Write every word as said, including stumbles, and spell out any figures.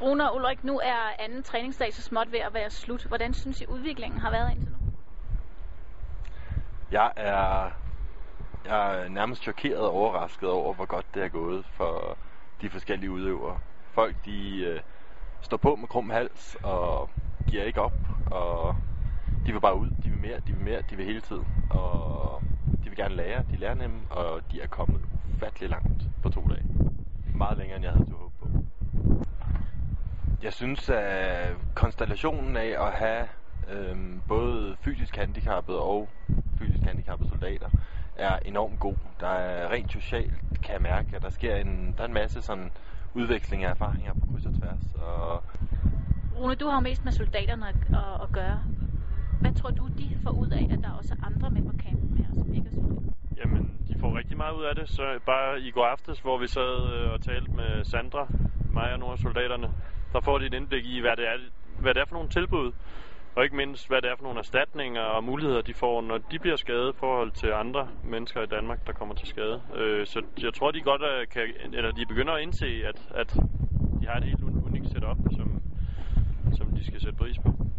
Rune og Ulrik, nu er anden træningsdag så småt ved at være slut. Hvordan synes I udviklingen har været indtil nu? Jeg er, jeg er nærmest chokeret og overrasket over, hvor godt det er gået for de forskellige udøvere. Folk, de øh, står på med krum hals og giver ikke op, og de vil bare ud, de vil mere, de vil mere, de vil hele tiden, og de vil gerne lære, de lærer nemt, og de er kommet ufattelig langt på to dage. Meget længere, end jeg havde håbet på. Jeg synes, at konstellationen af at have øhm, både fysisk handicappede og fysisk handicappede soldater er enormt god. Der er rent socialt, kan jeg mærke, at der sker en, der er en masse sådan udveksling af erfaringer på kryds og tværs. Og Rune, du har jo mest med soldaterne at, at, at gøre. Hvad tror du, de får ud af, at der også er andre med på campen med, som ikke er soldater? Jamen, de får rigtig meget ud af det. Så bare i går aftes, hvor vi sad og talte med Sandra, mig og nogle af soldaterne, der får de et indblik i, hvad det er, hvad det er for nogle tilbud, og ikke mindst, hvad det er for nogle erstatninger og muligheder, de får, når de bliver skadet i forhold til andre mennesker i Danmark, der kommer til skade. Så jeg tror, de godt kan, eller de begynder at indse, at, at de har et helt unikt setup, som, som de skal sætte pris på.